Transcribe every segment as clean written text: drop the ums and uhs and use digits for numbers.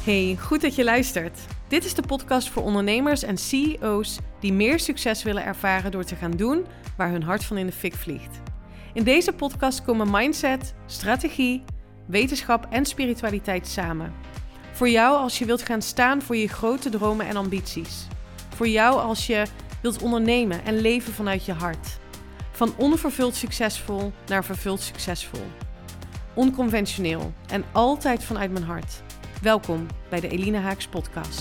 Hey, goed dat je luistert. Dit is de podcast voor ondernemers en CEO's die meer succes willen ervaren door te gaan doen waar hun hart van in de fik vliegt. In deze podcast komen mindset, strategie, wetenschap en spiritualiteit samen. Voor jou als je wilt gaan staan voor je grote dromen en ambities. Voor jou als je wilt ondernemen en leven vanuit je hart. Van onvervuld succesvol naar vervuld succesvol. Onconventioneel en altijd vanuit mijn hart. Welkom bij de Eline Haaks podcast.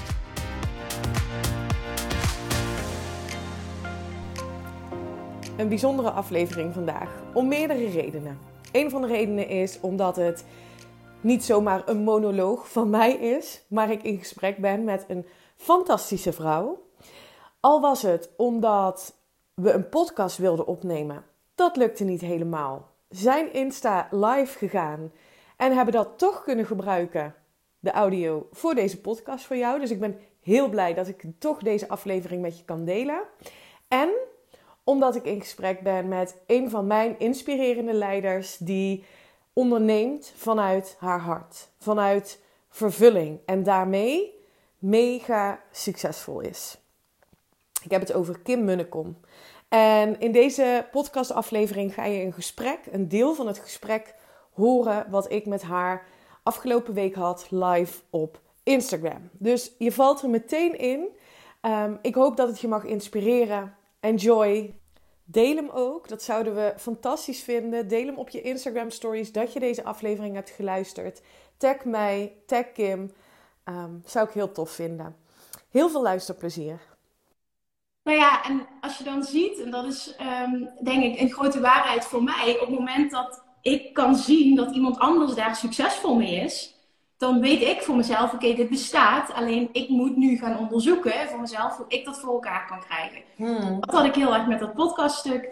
Een bijzondere aflevering vandaag, om meerdere redenen. Een van de redenen is omdat het niet zomaar een monoloog van mij is, maar ik in gesprek ben met een fantastische vrouw. Al was het omdat we een podcast wilden opnemen. Dat lukte niet helemaal. Zijn Insta live gegaan en hebben dat toch kunnen gebruiken, de audio, voor deze podcast voor jou. Dus ik ben heel blij dat ik toch deze aflevering met je kan delen. En omdat ik in gesprek ben met een van mijn inspirerende leiders die onderneemt vanuit haar hart. Vanuit vervulling. En daarmee mega succesvol is. Ik heb het over Kim Munnekom. En in deze podcastaflevering ga je een deel van het gesprek horen wat ik met haar afgelopen week had live op Instagram. Dus je valt er meteen in. Ik hoop dat het je mag inspireren. Enjoy. Deel hem ook. Dat zouden we fantastisch vinden. Deel hem op je Instagram stories dat je deze aflevering hebt geluisterd. Tag mij, tag Kim. Zou ik heel tof vinden. Heel veel luisterplezier. Nou ja, en als je dan ziet, en dat is denk ik een grote waarheid voor mij, op het moment dat ik kan zien dat iemand anders daar succesvol mee is, dan weet ik voor mezelf, oké, dit bestaat. Alleen ik moet nu gaan onderzoeken voor mezelf hoe ik dat voor elkaar kan krijgen. Dat had ik heel erg met dat podcaststuk.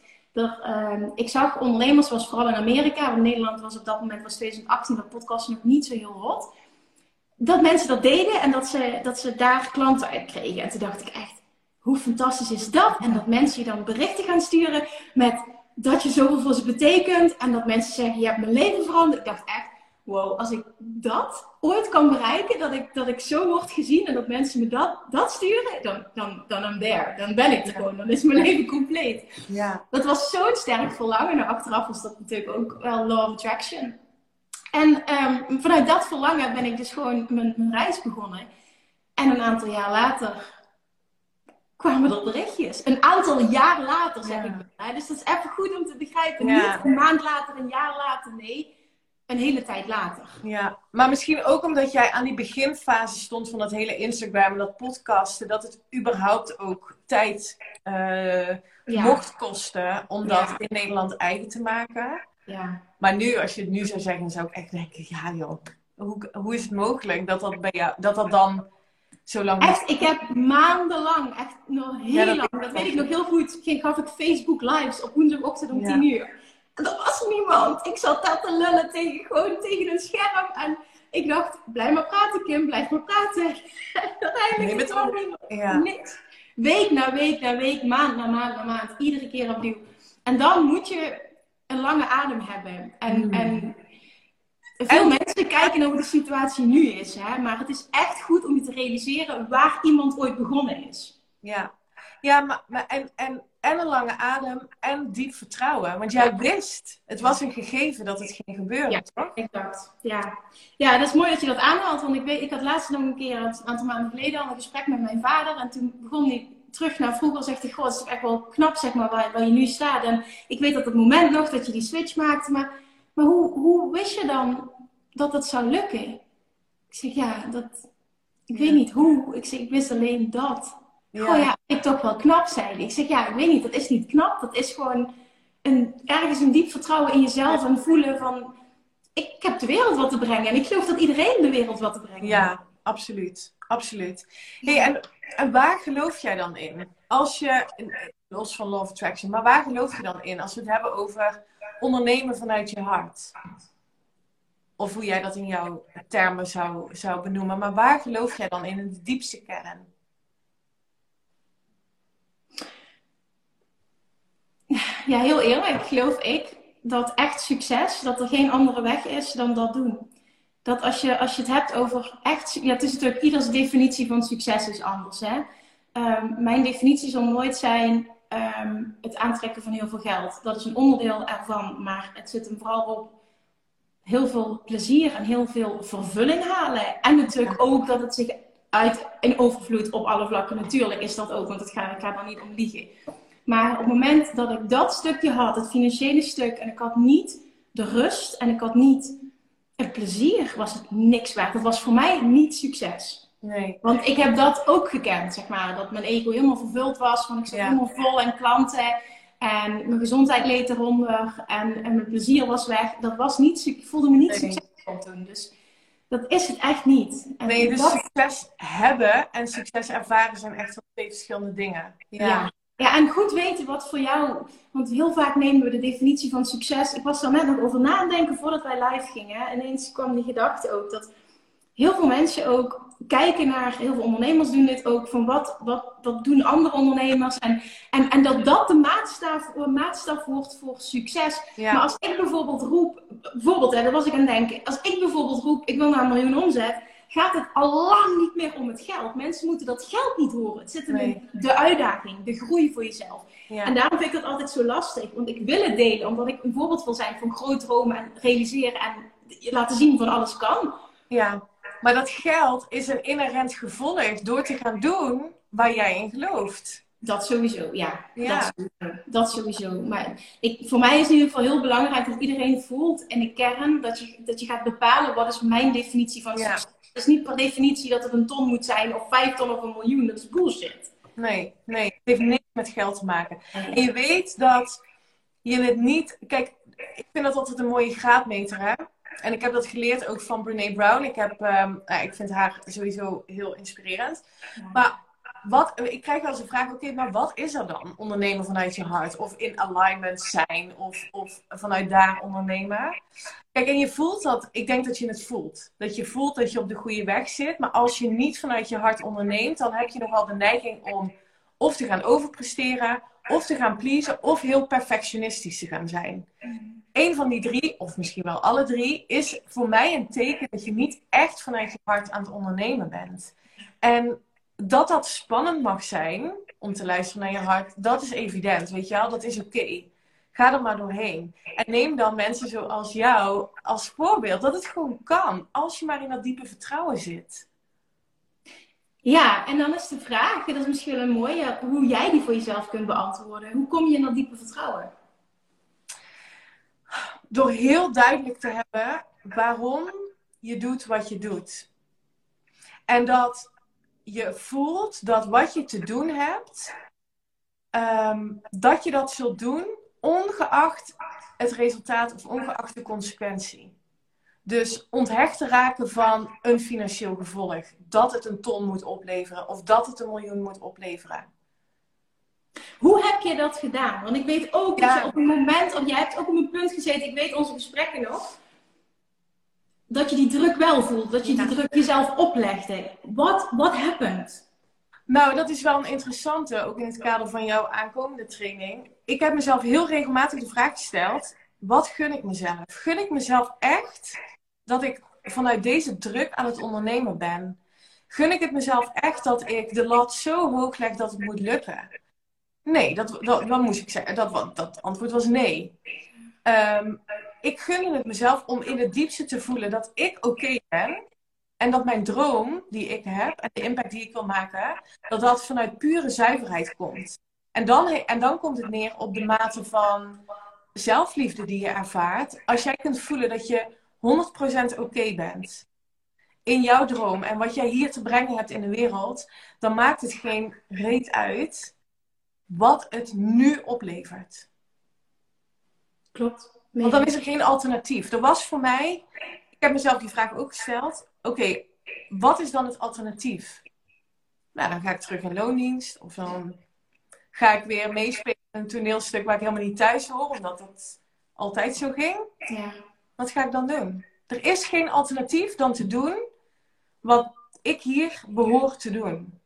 Ik zag ondernemers, was vooral in Amerika, want in Nederland was op dat moment, was 2018, dat podcast nog niet zo heel hot. Dat mensen dat deden en dat ze daar klanten uit kregen. En toen dacht ik echt, hoe fantastisch is dat? En dat mensen je dan berichten gaan sturen met dat je zoveel voor ze betekent. En dat mensen zeggen, je hebt mijn leven veranderd. Ik dacht echt, wow, als ik dat ooit kan bereiken, dat ik zo word gezien en dat mensen me dat sturen, dan I'm there. Dan ben ik er gewoon. Dan is mijn leven compleet. Ja. Dat was zo'n sterk verlangen. En achteraf was dat natuurlijk ook wel law of attraction. En vanuit dat verlangen ben ik dus gewoon mijn reis begonnen. En een aantal jaar later kwamen er berichtjes. Een aantal jaar later, zeg ik. Dus dat is even goed om te begrijpen. Ja. Niet een maand later, een jaar later. Nee, een hele tijd later. Ja, maar misschien ook omdat jij aan die beginfase stond van dat hele Instagram en dat podcasten. Dat het überhaupt ook tijd mocht kosten om dat in Nederland eigen te maken. Ja. Maar nu, als je het nu zou zeggen, zou ik echt denken, ja joh, hoe is het mogelijk dat dat dan zo lang... Echt, ik heb maandenlang, echt nog heel lang, dat weet ik nog heel goed, gaf ik Facebook lives op woensdagochtend om 10 uur. En er was niemand. Ik zat daar te lullen tegen een scherm. En ik dacht, blijf maar praten Kim, blijf maar praten. Uiteindelijk niks. Week na week na week, maand na maand na maand, iedere keer opnieuw. En dan moet je een lange adem hebben. En veel mensen kijken naar hoe de situatie nu is. Hè? Maar het is echt goed om je te realiseren waar iemand ooit begonnen is. Ja, en een lange adem en diep vertrouwen. Want jij wist, het was een gegeven dat het ging gebeuren, toch? Exact. Ja, dat is mooi dat je dat aanhaalt. Want ik had laatst nog een keer, een aantal maanden geleden, al een gesprek met mijn vader. En toen begon hij terug naar vroeger. Zegt hij, goh, het is echt wel knap, zeg maar, waar je nu staat. En ik weet dat het moment nog dat je die switch maakte. Maar hoe wist je dan dat het zou lukken? Ik zeg, ik weet niet hoe. Ik wist alleen dat. Ja, ik toch wel knap zijn. Ik zeg, ik weet niet, dat is niet knap. Dat is gewoon ergens een diep vertrouwen in jezelf en voelen van, ik heb de wereld wat te brengen. En ik geloof dat iedereen de wereld wat te brengen heeft. Ja, absoluut. Hey, en waar geloof jij dan in? Als je, los van Law of Attraction, maar waar geloof je dan in? Als we het hebben over ondernemen vanuit je hart. Of hoe jij dat in jouw termen zou benoemen. Maar waar geloof jij dan in de diepste kern? Ja, heel eerlijk geloof ik dat echt succes, dat er geen andere weg is dan dat doen. dat als je het hebt over echt... Ja, het is natuurlijk ieders definitie van succes is anders, hè. Mijn definitie zal nooit zijn het aantrekken van heel veel geld. Dat is een onderdeel ervan, maar het zit hem vooral op heel veel plezier en heel veel vervulling halen. En natuurlijk ook dat het zich uit in overvloed op alle vlakken. Natuurlijk is dat ook, want ik ga daar niet om liegen. Maar op het moment dat ik dat stukje had, het financiële stuk, en ik had niet de rust en ik had niet het plezier, was het niks waard. Het was voor mij niet succes. Nee. Want ik heb dat ook gekend, zeg maar. Dat mijn ego helemaal vervuld was, want ik zat helemaal vol en klanten. En mijn gezondheid leed eronder. En mijn plezier was weg. Dat was niet, ik voelde me niet succesvol toen. Dus dat is het echt niet. En dus succes hebben en succes ervaren zijn echt wel twee verschillende dingen. Ja, en goed weten wat voor jou... Want heel vaak nemen we de definitie van succes... Ik was er net nog over na aan denken voordat wij live gingen. Ineens kwam die gedachte ook dat heel veel mensen ook kijken naar... Heel veel ondernemers doen dit ook. Van wat doen andere ondernemers? En dat de maatstaf wordt voor succes. Ja. Maar als ik bijvoorbeeld roep... Bijvoorbeeld, daar was ik aan het denken. Als ik bijvoorbeeld roep, ik wil naar 1 miljoen omzet... gaat het al lang niet meer om het geld. Mensen moeten dat geld niet horen. Het zit in de uitdaging, de groei voor jezelf. Ja. En daarom vind ik dat altijd zo lastig. Want ik wil het delen, omdat ik een voorbeeld wil zijn van groot dromen en realiseren en laten zien van alles kan. Ja, maar dat geld is een inherent gevolg door te gaan doen waar jij in gelooft. Dat sowieso, ja. Dat sowieso. Maar voor mij is het in ieder geval heel belangrijk dat iedereen voelt in de kern dat je gaat bepalen wat is mijn definitie van succes. Het is niet per definitie dat het 1 ton moet zijn of 5 ton of 1 miljoen. Dat is bullshit. Nee. Het heeft niks met geld te maken. En je weet dat je het niet... Kijk, ik vind dat altijd een mooie graadmeter, hè. En ik heb dat geleerd ook van Brené Brown. Ik vind haar sowieso heel inspirerend. Ja. Maar ik krijg wel eens een vraag, oké, maar wat is er dan? Ondernemen vanuit je hart. Of in alignment zijn. Of vanuit daar ondernemen. Kijk, en je voelt dat. Ik denk dat je het voelt. Dat je voelt dat je op de goede weg zit. Maar als je niet vanuit je hart onderneemt, dan heb je nogal de neiging om of te gaan overpresteren, of te gaan pleasen, of heel perfectionistisch te gaan zijn. Eén van die 3, of misschien wel alle 3, is voor mij een teken dat je niet echt vanuit je hart aan het ondernemen bent. En dat spannend mag zijn om te luisteren naar je hart, dat is evident, weet je wel, dat is oké. Ga er maar doorheen. En neem dan mensen zoals jou als voorbeeld, dat het gewoon kan, als je maar in dat diepe vertrouwen zit. Ja, en dan is de vraag, dat is misschien wel een mooie, hoe jij die voor jezelf kunt beantwoorden. Hoe kom je in dat diepe vertrouwen? Door heel duidelijk te hebben waarom je doet wat je doet. En dat je voelt dat wat je te doen hebt, dat je dat zult doen ongeacht het resultaat of ongeacht de consequentie. Dus onthecht te raken van een financieel gevolg. Dat het 1 ton moet opleveren of dat het 1 miljoen moet opleveren. Hoe heb je dat gedaan? Want ik weet ook dat je op een moment, jij hebt ook op een punt gezeten, ik weet onze gesprekken nog, dat je die druk wel voelt, dat je die druk jezelf oplegde. What happened? Nou, dat is wel een interessante, ook in het kader van jouw aankomende training. Ik heb mezelf heel regelmatig de vraag gesteld, wat gun ik mezelf? Gun ik mezelf echt dat ik vanuit deze druk aan het ondernemen ben? Gun ik het mezelf echt dat ik de lat zo hoog leg dat het moet lukken? Nee, dat moest ik zeggen. Dat antwoord was nee. Ik gun het mezelf om in het diepste te voelen dat ik oké ben. En dat mijn droom die ik heb en de impact die ik wil maken, dat vanuit pure zuiverheid komt. En dan komt het neer op de mate van zelfliefde die je ervaart. Als jij kunt voelen dat je 100% oké bent in jouw droom en wat jij hier te brengen hebt in de wereld, dan maakt het geen reet uit wat het nu oplevert. Klopt. Want dan is er geen alternatief. Er was voor mij, ik heb mezelf die vraag ook gesteld, oké, wat is dan het alternatief? Nou, dan ga ik terug in loondienst of dan ga ik weer meespelen in een toneelstuk waar ik helemaal niet thuis hoor, omdat dat altijd zo ging. Ja. Wat ga ik dan doen? Er is geen alternatief dan te doen wat ik hier behoor te doen.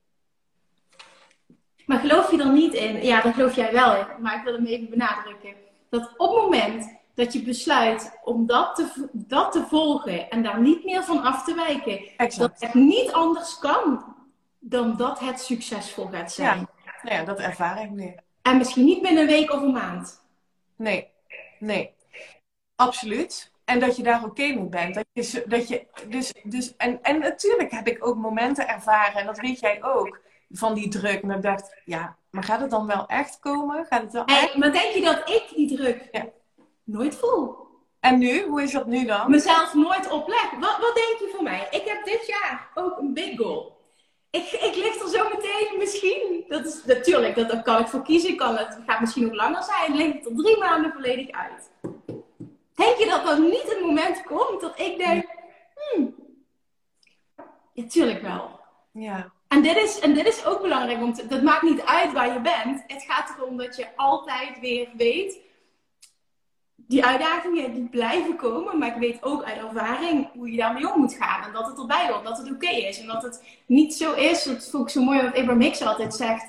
Maar geloof je er niet in? Ja, daar geloof jij wel in. Maar ik wil hem even benadrukken. Dat op het moment dat je besluit om dat te volgen en daar niet meer van af te wijken. Exact. Dat het niet anders kan dan dat het succesvol gaat zijn. Ja, nou ja, dat ervaar ik nu. En misschien niet binnen een week of een maand. Nee. Absoluut. En dat je daar oké mee bent. En natuurlijk heb ik ook momenten ervaren, en dat weet jij ook, van die druk. En dat ik dacht, ja, maar gaat het dan wel echt komen? Gaat het wel echt? Maar denk je dat ik die druk nooit voel? En nu? Hoe is dat nu dan? Mezelf nooit opleg. Wat denk je van mij? Ik heb dit jaar ook een big goal. Ik lig er zo meteen misschien. Dat is natuurlijk, dat kan ik voor kiezen. Het gaat misschien ook langer zijn. Lig ik er 3 maanden volledig uit. Denk je dat er niet een moment komt dat ik denk, ja, tuurlijk wel. Ja. En dit is ook belangrijk, dat maakt niet uit waar je bent. Het gaat erom dat je altijd weer weet, die uitdagingen die blijven komen, maar ik weet ook uit ervaring hoe je daarmee om moet gaan. En dat het erbij hoort, dat het oké is. En dat het niet zo is, dat vond ik zo mooi wat Abraham Hicks altijd zegt,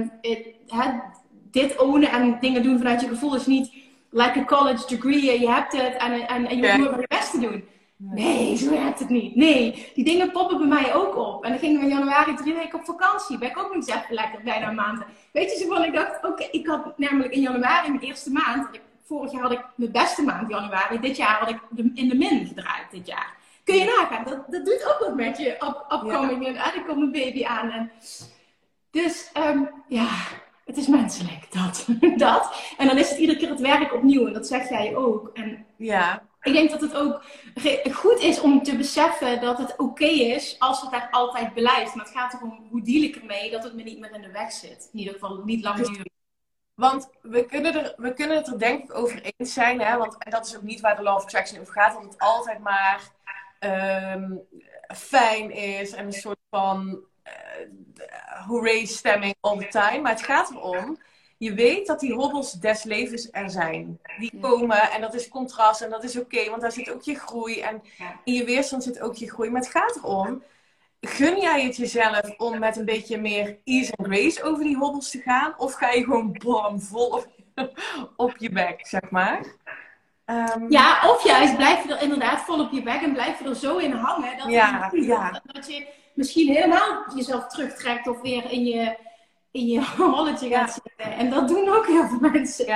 dit ownen en dingen doen vanuit je gevoel is niet like a college degree, je hebt het en je hoeft maar je best te doen. Nee, zo werkt het niet. Nee, die dingen poppen bij mij ook op. En dan gingen we in januari 3 weken op vakantie. Ben ik ook nog eens even lekker, bijna een maand. Weet je, zo van, ik dacht, oké, ik had namelijk in januari, mijn eerste maand, vorig jaar had ik mijn beste maand januari, dit jaar had ik in de min gedraaid, dit jaar. Kun je nagaan, dat doet ook wat met je upcoming en er komt een baby aan. En, dus, ja, het is menselijk, dat. En dan is het iedere keer het werk opnieuw en dat zeg jij ook. En ja. Ik denk dat het ook goed is om te beseffen dat het oké is als het daar altijd blijft. Maar het gaat erom, hoe deal ik ermee dat het me niet meer in de weg zit. In ieder geval niet lang duren. Want we kunnen het er denk ik over eens zijn. Hè? Want en dat is ook niet waar de Law of Attraction over gaat. Dat het altijd maar fijn is. En een soort van hooray stemming all the time. Maar het gaat erom. Je weet dat die hobbels des levens er zijn. Die komen en dat is contrast en dat is oké, want daar zit ook je groei. En in je weerstand zit ook je groei. Maar het gaat erom, gun jij het jezelf om met een beetje meer ease and grace over die hobbels te gaan? Of ga je gewoon bam, vol op je bek, zeg maar? Ja, of juist blijf je er inderdaad vol op je bek en blijf je er zo in hangen. Dat je misschien helemaal jezelf terugtrekt of weer in je holletje gaat zitten. En dat doen ook heel veel mensen.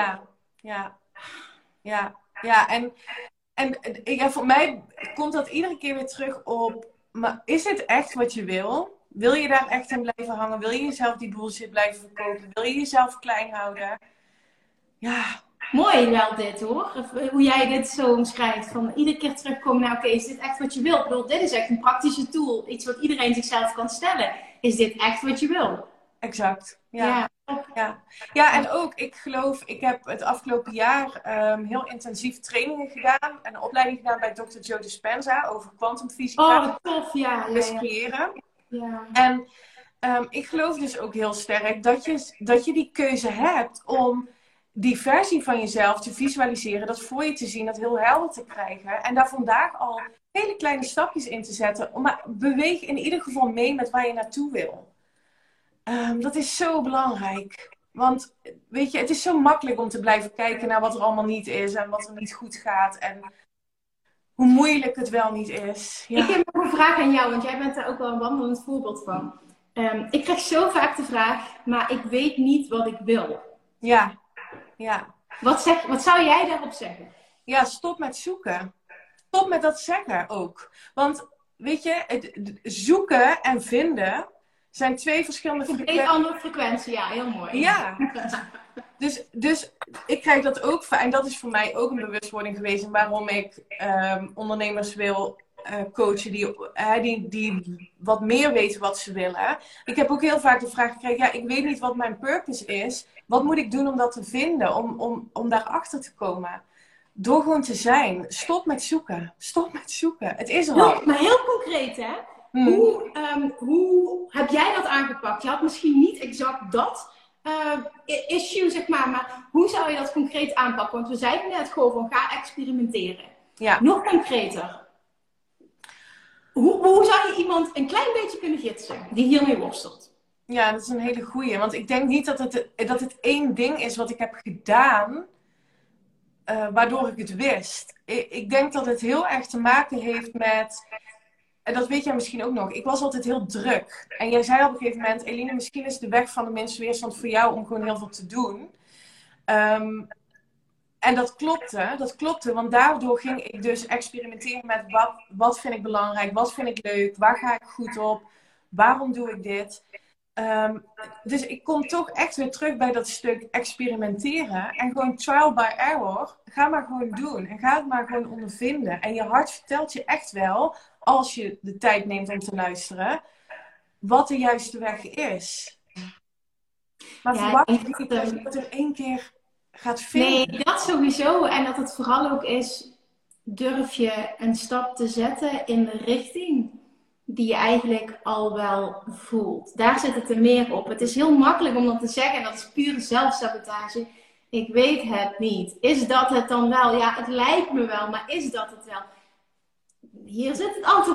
En voor mij komt dat iedere keer weer terug op, maar is het echt wat je wil? Wil je daar echt in blijven hangen? Wil je jezelf die bullshit blijven verkopen? Wil je jezelf klein houden? Ja. Mooi wel dit hoor. Hoe jij dit zo omschrijft. Van iedere keer terugkomen naar, oké, is dit echt wat je wil? Ik bedoel, dit is echt een praktische tool. Iets wat iedereen zichzelf kan stellen. Is dit echt wat je wil? Exact. Ja, en ook, ik geloof, ik heb het afgelopen jaar heel intensief trainingen gedaan. En een opleiding gedaan bij Dr. Joe Dispenza over kwantumfysica. Oh, tof, ja. Creëren. Ja. En ik geloof dus ook heel sterk dat je die keuze hebt om die versie van jezelf te visualiseren, dat voor je te zien, dat heel helder te krijgen. En daar vandaag al hele kleine stapjes in te zetten. Maar beweeg in ieder geval mee met waar je naartoe wil. Dat is zo belangrijk. Want, weet je, het is zo makkelijk om te blijven kijken naar wat er allemaal niet is en wat er niet goed gaat. En hoe moeilijk het wel niet is. Ja. Ik heb nog een vraag aan jou, want jij bent daar ook wel een wandelend voorbeeld van. Ik krijg zo vaak de vraag, maar ik weet niet wat ik wil. Ja. Wat zou jij daarop zeggen? Ja, stop met zoeken. Stop met dat zeggen ook. Want, weet je, zoeken en vinden zijn 2 verschillende frequenties. Een andere frequentie, ja, heel mooi. Ja. Dus ik krijg dat ook, en dat is voor mij ook een bewustwording geweest. En waarom ik ondernemers wil coachen die wat meer weten wat ze willen. Ik heb ook heel vaak de vraag gekregen, ja, ik weet niet wat mijn purpose is. Wat moet ik doen om dat te vinden, om daarachter te komen? Door gewoon te zijn. Stop met zoeken. Stop met zoeken. Het is er al. Maar heel concreet, hè? Hoe heb jij dat aangepakt? Je had misschien niet exact dat issue, zeg maar hoe zou je dat concreet aanpakken? Want we zeiden net gewoon van ga experimenteren. Ja. Nog concreter. Hoe zou je iemand een klein beetje kunnen gidsen die hiermee worstelt? Ja, dat is een hele goeie. Want ik denk niet dat het één ding is wat ik heb gedaan waardoor ik het wist. Ik denk dat het heel erg te maken heeft met... En dat weet jij misschien ook nog. Ik was altijd heel druk. En jij zei op een gegeven moment... Eline, misschien is de weg van de minste weerstand voor jou om gewoon heel veel te doen. En dat klopte. Want daardoor ging ik dus experimenteren met wat vind ik belangrijk? Wat vind ik leuk? Waar ga ik goed op? Waarom doe ik dit? Dus ik kom toch echt weer terug bij dat stuk experimenteren. En gewoon trial by error. Ga maar gewoon doen. En ga het maar gewoon ondervinden. En je hart vertelt je echt wel, als je de tijd neemt om te luisteren, wat de juiste weg is. Maar verwacht je niet dat je het in één keer gaat vinden. Nee, dat sowieso. En dat het vooral ook is, durf je een stap te zetten in de richting die je eigenlijk al wel voelt. Daar zit het er meer op. Het is heel makkelijk om dat te zeggen. En dat is pure zelfsabotage. Ik weet het niet. Is dat het dan wel? Ja, het lijkt me wel. Maar is dat het wel? Hier zit het antwoord.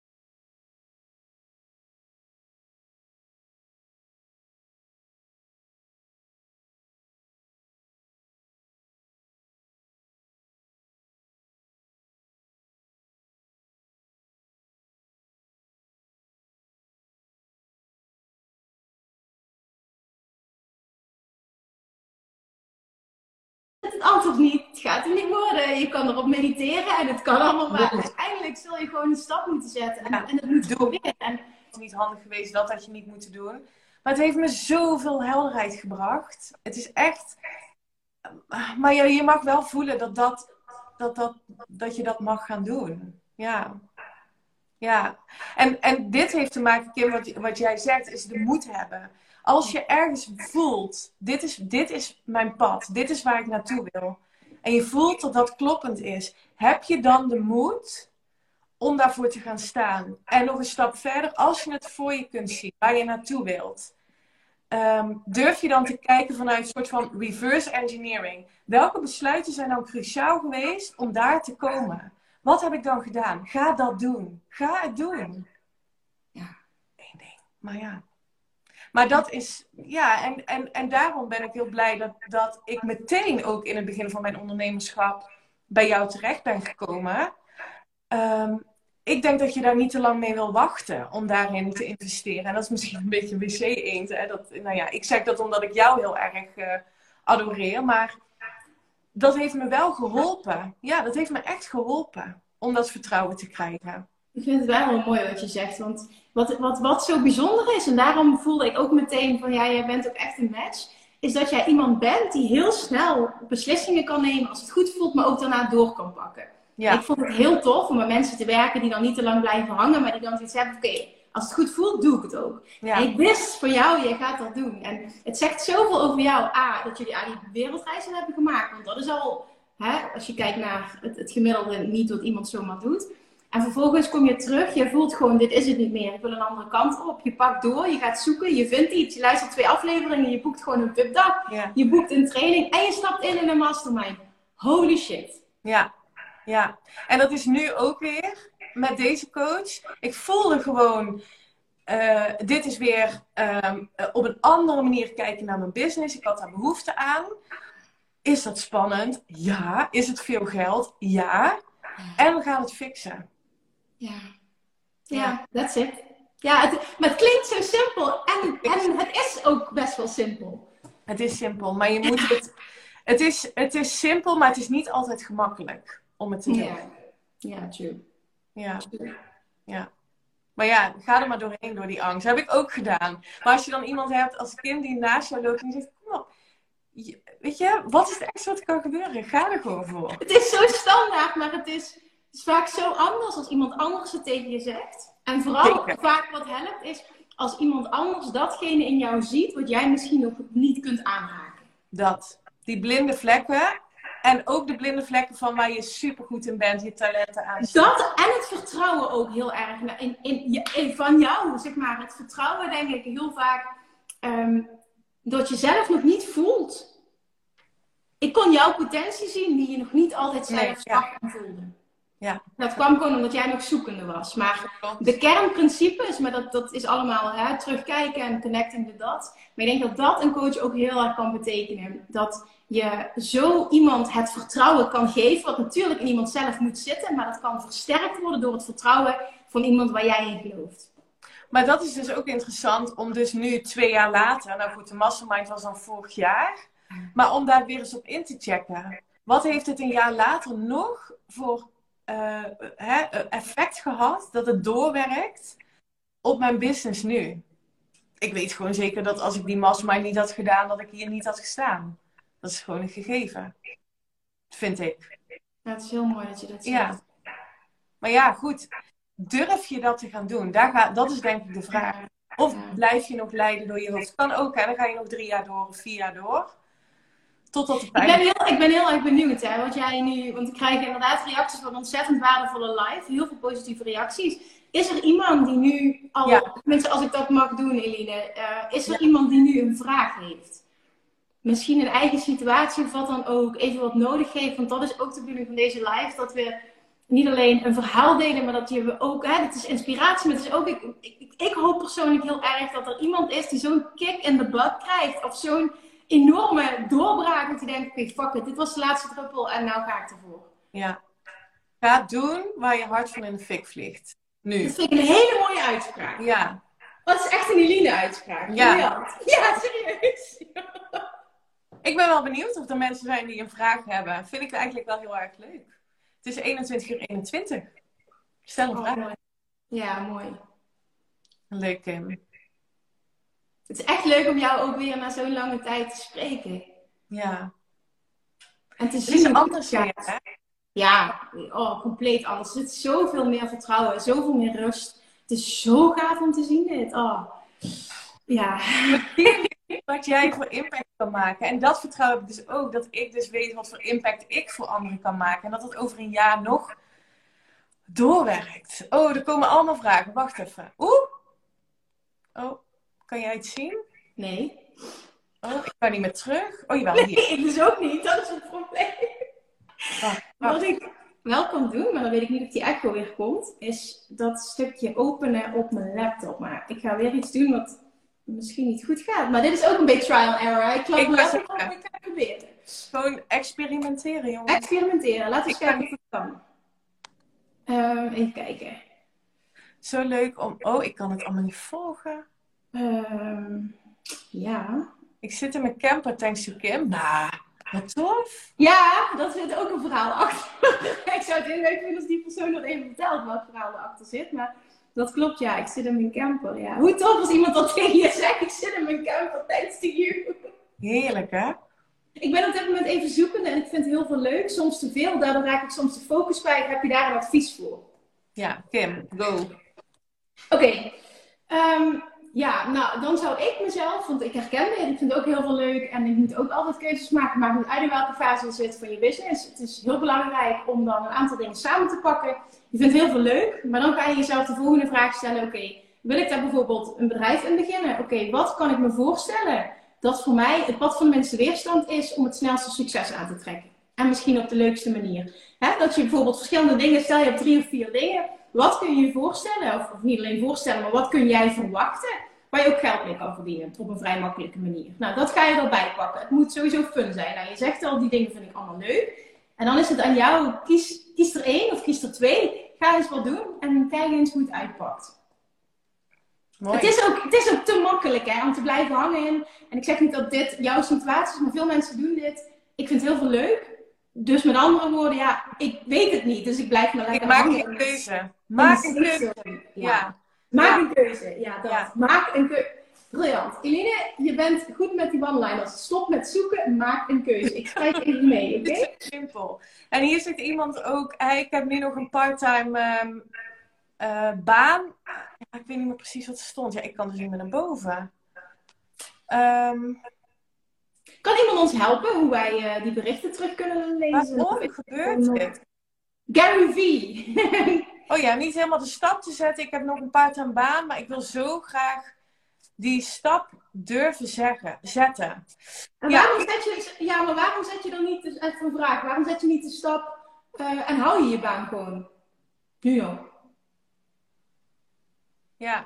Het antwoord niet. Het gaat hem niet worden. Je kan erop mediteren en het kan allemaal. Maar uiteindelijk zul je gewoon een stap moeten zetten. En het moet proberen. En het is niet handig geweest dat had je niet moeten doen. Maar het heeft me zoveel helderheid gebracht. Het is echt... Maar je mag wel voelen dat je dat mag gaan doen. Ja. Ja. En dit heeft te maken, Kim, wat jij zegt, is de moed hebben. Als je ergens voelt, dit is mijn pad, dit is waar ik naartoe wil. En je voelt dat dat kloppend is. Heb je dan de moed om daarvoor te gaan staan? En nog een stap verder, als je het voor je kunt zien, waar je naartoe wilt. Durf je dan te kijken vanuit een soort van reverse engineering. Welke besluiten zijn dan cruciaal geweest om daar te komen? Wat heb ik dan gedaan? Ga dat doen. Ga het doen. Ja, één ding. Maar ja. Maar dat is, ja, en daarom ben ik heel blij dat ik meteen ook in het begin van mijn ondernemerschap bij jou terecht ben gekomen. Ik denk dat je daar niet te lang mee wil wachten om daarin te investeren. En dat is misschien een beetje wc-eend. Nou ja, ik zeg dat omdat ik jou heel erg adoreer. Maar dat heeft me wel geholpen. Ja, dat heeft me echt geholpen om dat vertrouwen te krijgen. Ik vind het wel heel mooi wat je zegt. Want wat zo bijzonder is, en daarom voelde ik ook meteen van ja, jij bent ook echt een match. Is dat jij iemand bent die heel snel beslissingen kan nemen als het goed voelt, maar ook daarna door kan pakken. Ja. Ik vond het heel tof om met mensen te werken die dan niet te lang blijven hangen, maar die dan zoiets hebben, oké, als het goed voelt, doe ik het ook. Ja. En ik wist van jou, jij gaat dat doen. En het zegt zoveel over jou, dat jullie die wereldreizen hebben gemaakt. Want dat is al, als je kijkt naar het gemiddelde, niet wat iemand zomaar doet. En vervolgens kom je terug, je voelt gewoon, dit is het niet meer. Ik wil een andere kant op. Je pakt door, je gaat zoeken, je vindt iets. Je luistert 2 afleveringen, je boekt gewoon een VIP-dag. Ja. Je boekt een training en je stapt in een mastermind. Holy shit. Ja, ja. En dat is nu ook weer met deze coach. Ik voelde gewoon, dit is weer op een andere manier kijken naar mijn business. Ik had daar behoefte aan. Is dat spannend? Ja. Is het veel geld? Ja. En we gaan het fixen. Ja, that's it. Ja, maar het klinkt zo simpel. En het is ook best wel simpel. Het is simpel, maar je moet het... Het is simpel, maar het is niet altijd gemakkelijk om het te doen. Ja, true. Ja. Maar ja, ga er maar doorheen door die angst. Dat heb ik ook gedaan. Maar als je dan iemand hebt als kind die naast jou loopt en die zegt, kom op. Weet je, wat is het ergste wat er kan gebeuren? Ga er gewoon voor. Het is zo standaard, maar het is vaak zo anders als iemand anders het tegen je zegt. En vooral vaak wat helpt is als iemand anders datgene in jou ziet wat jij misschien nog niet kunt aanraken. Die blinde vlekken. En ook de blinde vlekken van waar je supergoed in bent, je talenten aan. Dat en het vertrouwen ook heel erg. Van jou, zeg maar. Het vertrouwen denk ik heel vaak dat je zelf nog niet voelt. Ik kon jouw potentie zien die je nog niet altijd zelf zag en voelde. Ja. Dat kwam gewoon omdat jij nog zoekende was. Maar de kernprincipes, maar dat is allemaal terugkijken en connecting the dots. Maar ik denk dat een coach ook heel erg kan betekenen. Dat je zo iemand het vertrouwen kan geven, wat natuurlijk in iemand zelf moet zitten, maar dat kan versterkt worden door het vertrouwen van iemand waar jij in gelooft. Maar dat is dus ook interessant om dus nu 2 jaar later, nou goed, de mastermind was dan vorig jaar, maar om daar weer eens op in te checken. Wat heeft het een jaar later nog voor effect gehad, dat het doorwerkt op mijn business nu? Ik weet gewoon zeker dat als ik die mastermind niet had gedaan, dat ik hier niet had gestaan. Dat is gewoon een gegeven. Vind ik. Ja, het is heel mooi dat je dat zegt. Ja. Maar ja, goed. Durf je dat te gaan doen? Dat is denk ik de vraag. Of blijf je nog leiden door je hoofd? Kan ook, hè? Dan ga je nog 3 jaar door of 4 jaar door. Totdat de pijn... Ik ben heel erg benieuwd, hè, wat jij nu... Want ik krijg inderdaad reacties van ontzettend waardevolle live. Heel veel positieve reacties. Is er iemand die nu al... Tenminste, als ik dat mag doen, Eline. Is er iemand die nu een vraag heeft? Misschien een eigen situatie of wat dan ook. Even wat nodig heeft. Want dat is ook de bedoeling van deze live. Dat we niet alleen een verhaal delen, maar dat je ook... Het is inspiratie, maar het is ook... Ik hoop persoonlijk heel erg dat er iemand is die zo'n kick in de butt krijgt. Of zo'n enorme doorbraak. Dat je denkt, oké, fuck it. Dit was de laatste druppel en nou ga ik ervoor. Ja. Ga doen waar je hart van in de fik vliegt. Nu. Dat vind ik een hele mooie uitspraak. Ja. Dat is echt een Eline-uitspraak. Ja. Ja, serieus. Ik ben wel benieuwd of er mensen zijn die een vraag hebben. Vind ik eigenlijk wel heel erg leuk. Het is 21:21. Stel een vraag. Mooi. Ja, mooi. Leuk, Kim. Het is echt leuk om jou ook weer na zo'n lange tijd te spreken. Ja. En te zien. Het is anders weer, hè? Ja, compleet anders. Er zit zoveel meer vertrouwen, zoveel meer rust. Het is zo gaaf om te zien dit. Ja. Wat jij voor impact kan maken. En dat vertrouw ik dus ook. Dat ik dus weet wat voor impact ik voor anderen kan maken. En dat het over een jaar nog doorwerkt. Oh, er komen allemaal vragen. Wacht even. Oh, kan jij het zien? Nee. Oh, ik kan niet meer terug. Oh, jawel, hier. Nee, ik dus ook niet. Dat is het probleem. Wacht. Wat ik wel kan doen, maar dan weet ik niet of die echo weer komt, is dat stukje openen op mijn laptop. Maar ik ga weer iets doen wat misschien niet goed gaat. Maar dit is ook een beetje trial and error. Ik klap me even op en ik ga het proberen. Gewoon experimenteren, jongen. Experimenteren. Laten we eens kijken of het kan. Even kijken. Zo leuk om... Oh, ik kan het allemaal niet volgen. Ja. Ik zit in mijn camper, thanks to Kim. Nou, wat tof. Ja, dat zit ook een verhaal achter. Ik zou het heel leuk vinden als die persoon dat even vertelt welk verhaal erachter zit. Maar dat klopt, ja. Ik zit in mijn camper, ja. Hoe tof als iemand dat tegen je zegt. Ik zit in mijn camper, thanks to you. Heerlijk, hè? Ik ben op dit moment even zoekende en ik vind het heel veel leuk. Soms te veel, daardoor raak ik soms de focus kwijt. Heb je daar een advies voor? Ja, Kim, go. Oké. Ja, nou, dan zou ik mezelf, want ik herken dit, ik vind het ook heel veel leuk en ik moet ook altijd keuzes maken, maakt niet uit in welke fase je zit van je business. Het is heel belangrijk om dan een aantal dingen samen te pakken. Je vindt heel veel leuk, maar dan kan je jezelf de volgende vraag stellen, oké, wil ik daar bijvoorbeeld een bedrijf in beginnen? Oké, wat kan ik me voorstellen dat voor mij het pad van de minste weerstand is om het snelste succes aan te trekken? En misschien op de leukste manier. Dat je bijvoorbeeld verschillende dingen, stel je hebt 3 of 4 dingen. Wat kun je je voorstellen, of niet alleen voorstellen, maar wat kun jij verwachten, waar je ook geld mee kan verdienen, op een vrij makkelijke manier. Nou, dat ga je erbij pakken. Het moet sowieso fun zijn. Nou, je zegt al, die dingen vind ik allemaal leuk. En dan is het aan jou, kies er 1 of kies er 2, ga eens wat doen en kijk eens hoe het uitpakt. Mooi. Het is ook te makkelijk hè, om te blijven hangen in. En ik zeg niet dat dit jouw situatie is, maar veel mensen doen dit. Ik vind het heel veel leuk. Dus met andere woorden, ja, ik weet het niet. Dus ik blijf maar lekker hangen. Maak een keuze. Maak een keuze. Ja. Maak een keuze. Ja, dat. Ja. Maak een keuze. Briljant. Eline, je bent goed met die one-liners. Stop met zoeken, maak een keuze. Ik schrijf even mee, oké? Het is simpel. En hier zit iemand ook, ik heb nu nog een part-time baan. Ja, ik weet niet meer precies wat er stond. Ja, ik kan dus niet meer naar boven. Kan iemand ons helpen hoe wij die berichten terug kunnen lezen? Waarom gebeurt dit? Gary V. Oh ja, niet helemaal de stap te zetten. Ik heb nog een part-time baan, maar ik wil zo graag die stap durven zetten. En waarom zet je dan niet, dus even een vraag, waarom zet je niet de stap en hou je je baan gewoon? Nu al. Ja.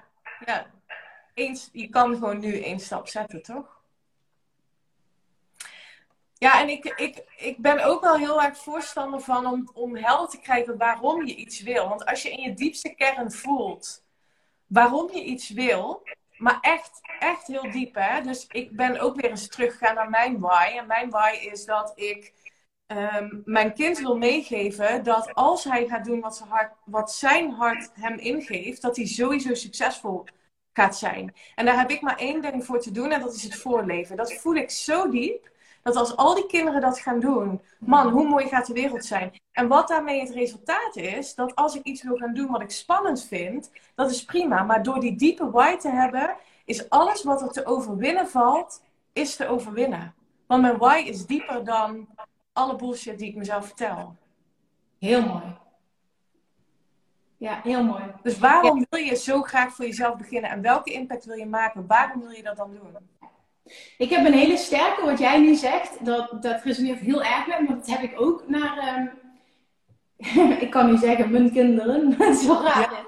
Je kan gewoon nu 1 stap zetten, toch? Ja, en ik ben ook wel heel erg voorstander van om helder te krijgen waarom je iets wil. Want als je in je diepste kern voelt waarom je iets wil, maar echt, echt heel diep, hè. Dus ik ben ook weer eens teruggegaan naar mijn why. En mijn why is dat ik mijn kind wil meegeven dat als hij gaat doen wat zijn hart hem ingeeft, dat hij sowieso succesvol gaat zijn. En daar heb ik maar één ding voor te doen en dat is het voorleven. Dat voel ik zo diep, dat als al die kinderen dat gaan doen, man, hoe mooi gaat de wereld zijn. En wat daarmee het resultaat is, dat als ik iets wil gaan doen wat ik spannend vind, dat is prima. Maar door die diepe why te hebben, is alles wat er te overwinnen valt, is te overwinnen. Want mijn why is dieper dan alle bullshit die ik mezelf vertel. Heel mooi. Ja, heel mooi. Dus waarom wil je zo graag voor jezelf beginnen? En welke impact wil je maken? Waarom wil je dat dan doen? Ik heb een hele sterke, wat jij nu zegt, dat resoneert heel erg met me. Dat heb ik ook naar, ik kan nu zeggen, mijn kinderen. Dat is wel raar.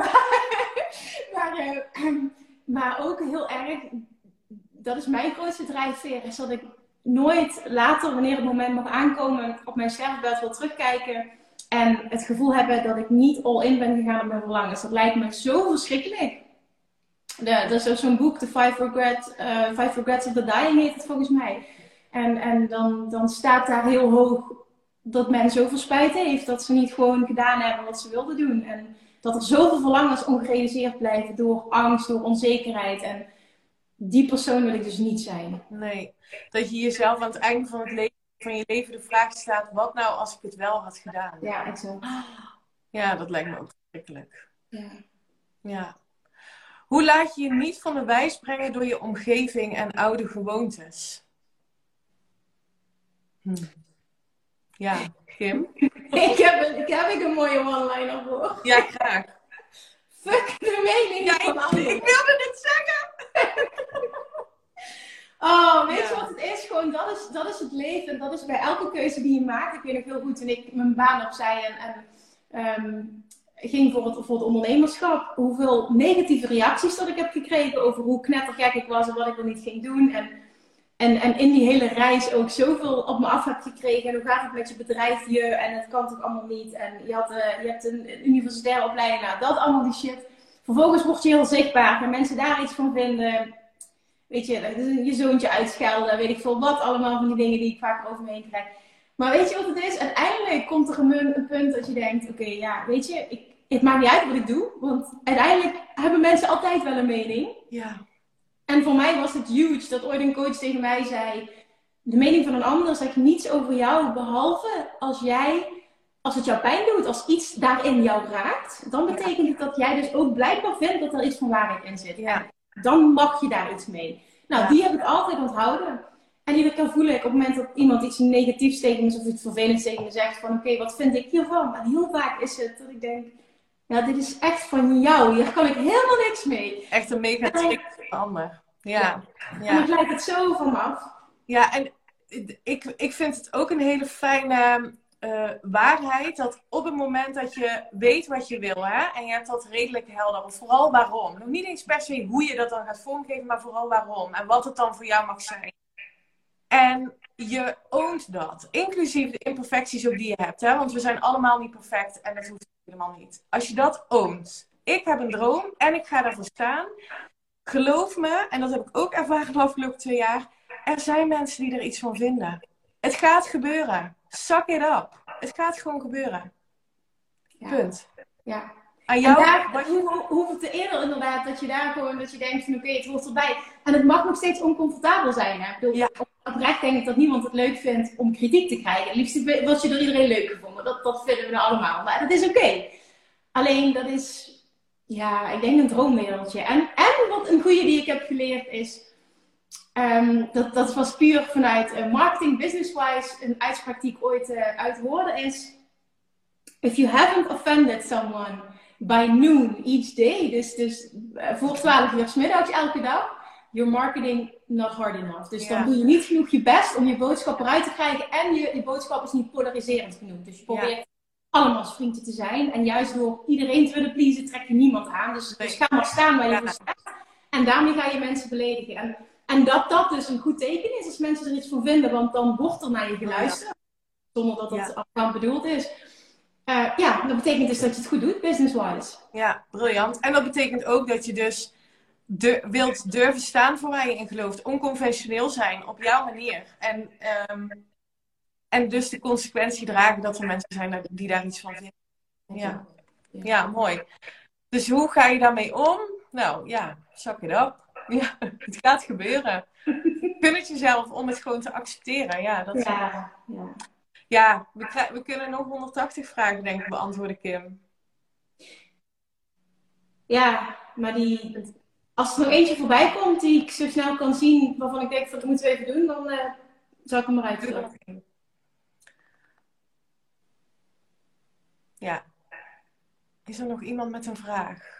Ja. Maar ook heel erg, dat is mijn grootste drijfveer, is dat ik nooit later, wanneer het moment mag aankomen, op mijn sterfbed wil terugkijken en het gevoel hebben dat ik niet all in ben gegaan op mijn verlangens. Dat lijkt me zo verschrikkelijk. Er is ook zo'n boek, The Five Regrets of the Dying heet het volgens mij. En dan staat daar heel hoog dat men zoveel spijt heeft dat ze niet gewoon gedaan hebben wat ze wilden doen. En dat er zoveel verlangens ongerealiseerd blijven door angst, door onzekerheid. En die persoon wil ik dus niet zijn. Nee, dat je jezelf aan het einde van je leven de vraag stelt, wat nou als ik het wel had gedaan? Ja, exact. Ja, dat lijkt me ook verschrikkelijk. Ja. Hoe laat je je niet van de wijs brengen door je omgeving en oude gewoontes? Ja, Kim? Ik heb een mooie one-liner voor. Ja, graag. Fuck de mening van anderen. Ik wilde dit zeggen! Oh, weet je wat het is? Gewoon, dat is het leven. En dat is bij elke keuze die je maakt. Ik weet nog heel goed toen ik mijn baan opzij en ging voor het ondernemerschap. Hoeveel negatieve reacties dat ik heb gekregen over hoe knettergek ik was en wat ik er niet ging doen. En in die hele reis ook zoveel op me af heb gekregen. En hoe gaat het met je bedrijf en het kan toch allemaal niet. En je hebt een universitaire opleiding. Nou, dat allemaal die shit. Vervolgens word je heel zichtbaar. Gaan mensen daar iets van vinden. Weet je zoontje uitschelden. Weet ik veel wat allemaal van die dingen die ik vaak over me heen krijg. Maar weet je wat het is? Uiteindelijk komt er een punt dat je denkt. Oké, ja, weet je. Het maakt niet uit wat ik doe. Want uiteindelijk hebben mensen altijd wel een mening. Ja. En voor mij was het huge dat ooit een coach tegen mij zei. De mening van een ander zegt niets over jou. Behalve als het jou pijn doet. Als iets daarin jou raakt. Dan betekent het dat jij dus ook blijkbaar vindt dat er iets van waarheid in zit. Ja. Dan mag je daar iets mee. Nou, die heb ik altijd onthouden. En die kan voelen ik op het moment dat iemand iets negatiefs tegen me of iets vervelends tegen me zegt. Van oké, wat vind ik hiervan? En heel vaak is het dat ik denk. Ja, dit is echt van jou. Hier kan ik helemaal niks mee. Echt een mega trick voor de ander. Ja. En dan glijdt het zo van me af. Ja, en ik vind het ook een hele fijne waarheid. Dat op het moment dat je weet wat je wil, hè, en je hebt dat redelijk helder. Of vooral waarom. Nog niet eens per se hoe je dat dan gaat vormgeven, maar vooral waarom. En wat het dan voor jou mag zijn. En je oont dat. Inclusief de imperfecties ook die je hebt. Hè? Want we zijn allemaal niet perfect. En dat hoeft helemaal niet. Als je dat oont. Ik heb een droom en ik ga daarvoor staan. Geloof me, en dat heb ik ook ervaren de afgelopen 2 jaar. Er zijn mensen die er iets van vinden. Het gaat gebeuren. Suck it up. Het gaat gewoon gebeuren. Ja. Punt. Ja. Aan jou, en daar hoeft het te eerder inderdaad dat je daar gewoon, dat je denkt van oké, het hoort erbij. En het mag nog steeds oncomfortabel zijn. Hè? Ik bedoel, oprecht denk ik dat niemand het leuk vindt om kritiek te krijgen. Het liefst was je door iedereen leuk gevonden. Dat vinden we nou allemaal. Maar dat is oké. Alleen dat is, ja, ik denk een droomwereldje. En wat een goede die ik heb geleerd is, dat was puur vanuit marketing, business-wise, een uitspraak die ik ooit uithoorde is, if you haven't offended someone by noon each day, dus voor 12 uur 's middags elke dag, your marketing not hard enough. Dus dan doe je niet genoeg je best om je boodschap eruit te krijgen en je boodschap is niet polariserend genoeg. Dus je probeert allemaal vrienden te zijn en juist door iedereen te willen pleasen trek je niemand aan. Dus ga maar staan waar je voor staat en daarmee ga je mensen beledigen. En dat dus een goed teken is als mensen er iets van vinden, want dan wordt er naar je geluisterd. Zonder dat dat afkant bedoeld is. Dat betekent dus dat je het goed doet, business-wise. Ja, briljant. En dat betekent ook dat je dus wilt durven staan voor waar je in gelooft. Onconventioneel zijn, op jouw manier. En dus de consequentie dragen dat er mensen zijn die daar iets van vinden. Ja, mooi. Dus hoe ga je daarmee om? Nou ja, suck it up. Ja, het gaat gebeuren. Gun het jezelf om het gewoon te accepteren. Ja, we kunnen nog 180 vragen, denk ik, beantwoorden, Kim. Ja, maar als er nog eentje voorbij komt die ik zo snel kan zien, waarvan ik denk, dat moeten we even doen, dan zal ik hem eruit doen. Ja. Is er nog iemand met een vraag?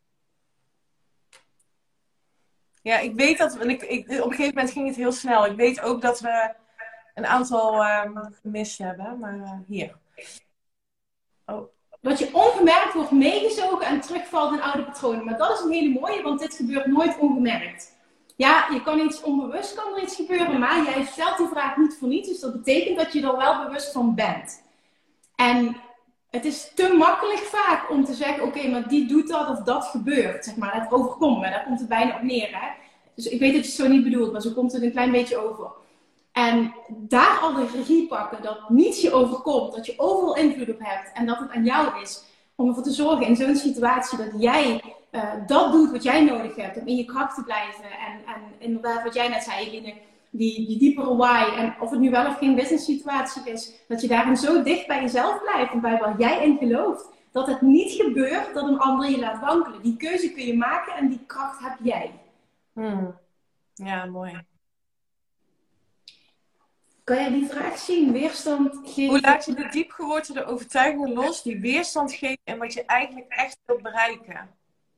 Ja, ik weet dat... op een gegeven moment ging het heel snel. Ik weet ook dat we een aantal gemist hebben. Maar hier. Oh. Dat je ongemerkt wordt meegezogen en terugvalt in oude patronen. Maar dat is een hele mooie, want dit gebeurt nooit ongemerkt. Ja, je kan iets onbewust, kan er iets gebeuren. Maar jij stelt die vraag niet voor niets. Dus dat betekent dat je er wel bewust van bent. En... het is te makkelijk vaak om te zeggen, oké, maar die doet dat of dat gebeurt. Zeg maar, het overkomt me. Daar komt het bijna op neer. Hè? Dus ik weet dat je het zo niet bedoelt, maar zo komt het een klein beetje over. En daar al de regie pakken, dat niets je overkomt, dat je overal invloed op hebt en dat het aan jou is om ervoor te zorgen in zo'n situatie dat jij dat doet wat jij nodig hebt om in je kracht te blijven. En inderdaad, wat jij net zei, Eline, die diepere why. En of het nu wel of geen business situatie is. Dat je daarin zo dicht bij jezelf blijft. En bij waar jij in gelooft. Dat het niet gebeurt dat een ander je laat wankelen. Die keuze kun je maken en die kracht heb jij. Ja, mooi. Kan jij die vraag zien? Weerstand geven. Hoe laat je de diepgewortelde overtuigingen los die weerstand geven en wat je eigenlijk echt wilt bereiken?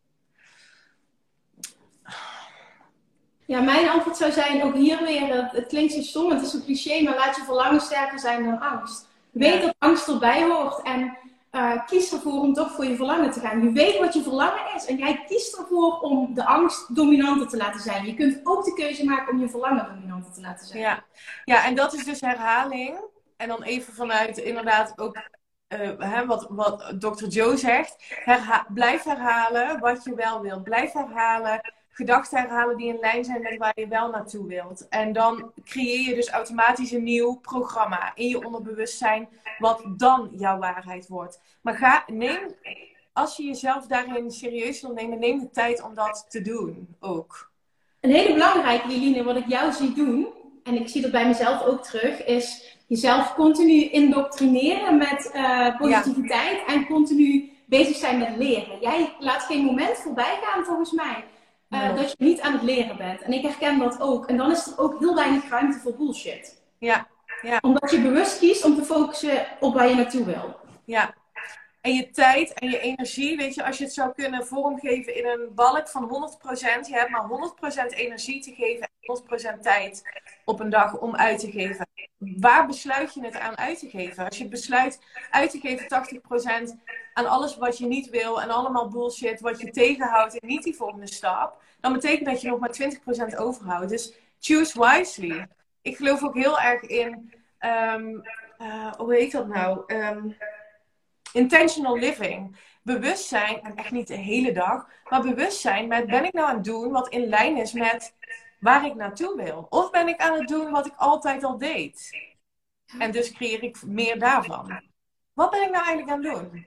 Ja, mijn antwoord zou zijn, ook hier weer, het klinkt zo stom, het is een cliché, maar laat je verlangen sterker zijn dan angst. Weet dat angst erbij hoort en kies ervoor om toch voor je verlangen te gaan. Je weet wat je verlangen is en jij kiest ervoor om de angst dominanter te laten zijn. Je kunt ook de keuze maken om je verlangen dominanter te laten zijn. Ja, en dat is dus herhaling. En dan even vanuit inderdaad ook wat Dr. Joe zegt. Blijf herhalen wat je wel wilt. Blijf herhalen. Gedachten herhalen die in lijn zijn met waar je wel naartoe wilt. En dan creëer je dus automatisch een nieuw programma in je onderbewustzijn, wat dan jouw waarheid wordt. Maar als je jezelf daarin serieus wil nemen, neem de tijd om dat te doen ook. Een hele belangrijke, Eline, wat ik jou zie doen, en ik zie dat bij mezelf ook terug, is jezelf continu indoctrineren met positiviteit en continu bezig zijn met leren. Jij laat geen moment voorbij gaan, volgens mij. Dat je niet aan het leren bent. En ik herken dat ook. En dan is er ook heel weinig ruimte voor bullshit. Ja. Omdat je bewust kiest om te focussen op waar je naartoe wil. Ja. En je tijd en je energie, weet je, als je het zou kunnen vormgeven in een balk van 100%. Je hebt maar 100% energie te geven en 100% tijd op een dag om uit te geven. Waar besluit je het aan uit te geven? Als je besluit uit te geven 80% aan alles wat je niet wil en allemaal bullshit wat je tegenhoudt en niet die volgende stap, dan betekent dat je nog maar 20% overhoudt. Dus choose wisely. Ik geloof ook heel erg in, hoe heet dat nou? Intentional living. Bewustzijn, en echt niet de hele dag, maar bewustzijn met, ben ik nou aan het doen wat in lijn is met waar ik naartoe wil? Of ben ik aan het doen wat ik altijd al deed? En dus creëer ik meer daarvan. Wat ben ik nou eigenlijk aan het doen?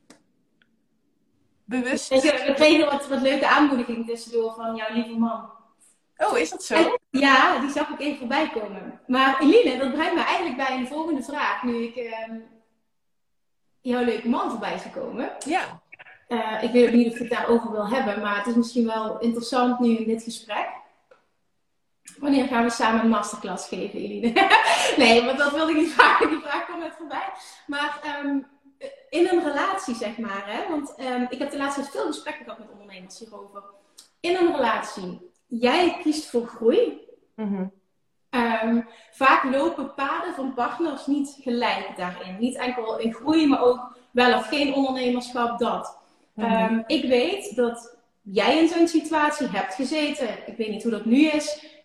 Bewust. We kregen wat leuke aanmoediging tussendoor van jouw lieve man. Oh, is dat zo? Ja, die zag ik even voorbij komen. Maar Eline, dat brengt me eigenlijk bij een volgende vraag. Nu ik jouw leuke man voorbij is gekomen. Ja. Ik weet ook niet of ik het daarover wil hebben, maar het is misschien wel interessant nu in dit gesprek. Wanneer gaan we samen een masterclass geven, Eline? Nee, want dat wilde ik niet vragen. Die vraag kwam net voorbij. Maar in een relatie, zeg maar. Hè? Want ik heb de laatste tijd veel gesprekken gehad met ondernemers hierover. In een relatie. Jij kiest voor groei. Mm-hmm. Vaak lopen paden van partners niet gelijk daarin. Niet enkel in groei, maar ook wel of geen ondernemerschap, dat. Ik weet dat jij in zo'n situatie hebt gezeten. Ik weet niet hoe dat nu is.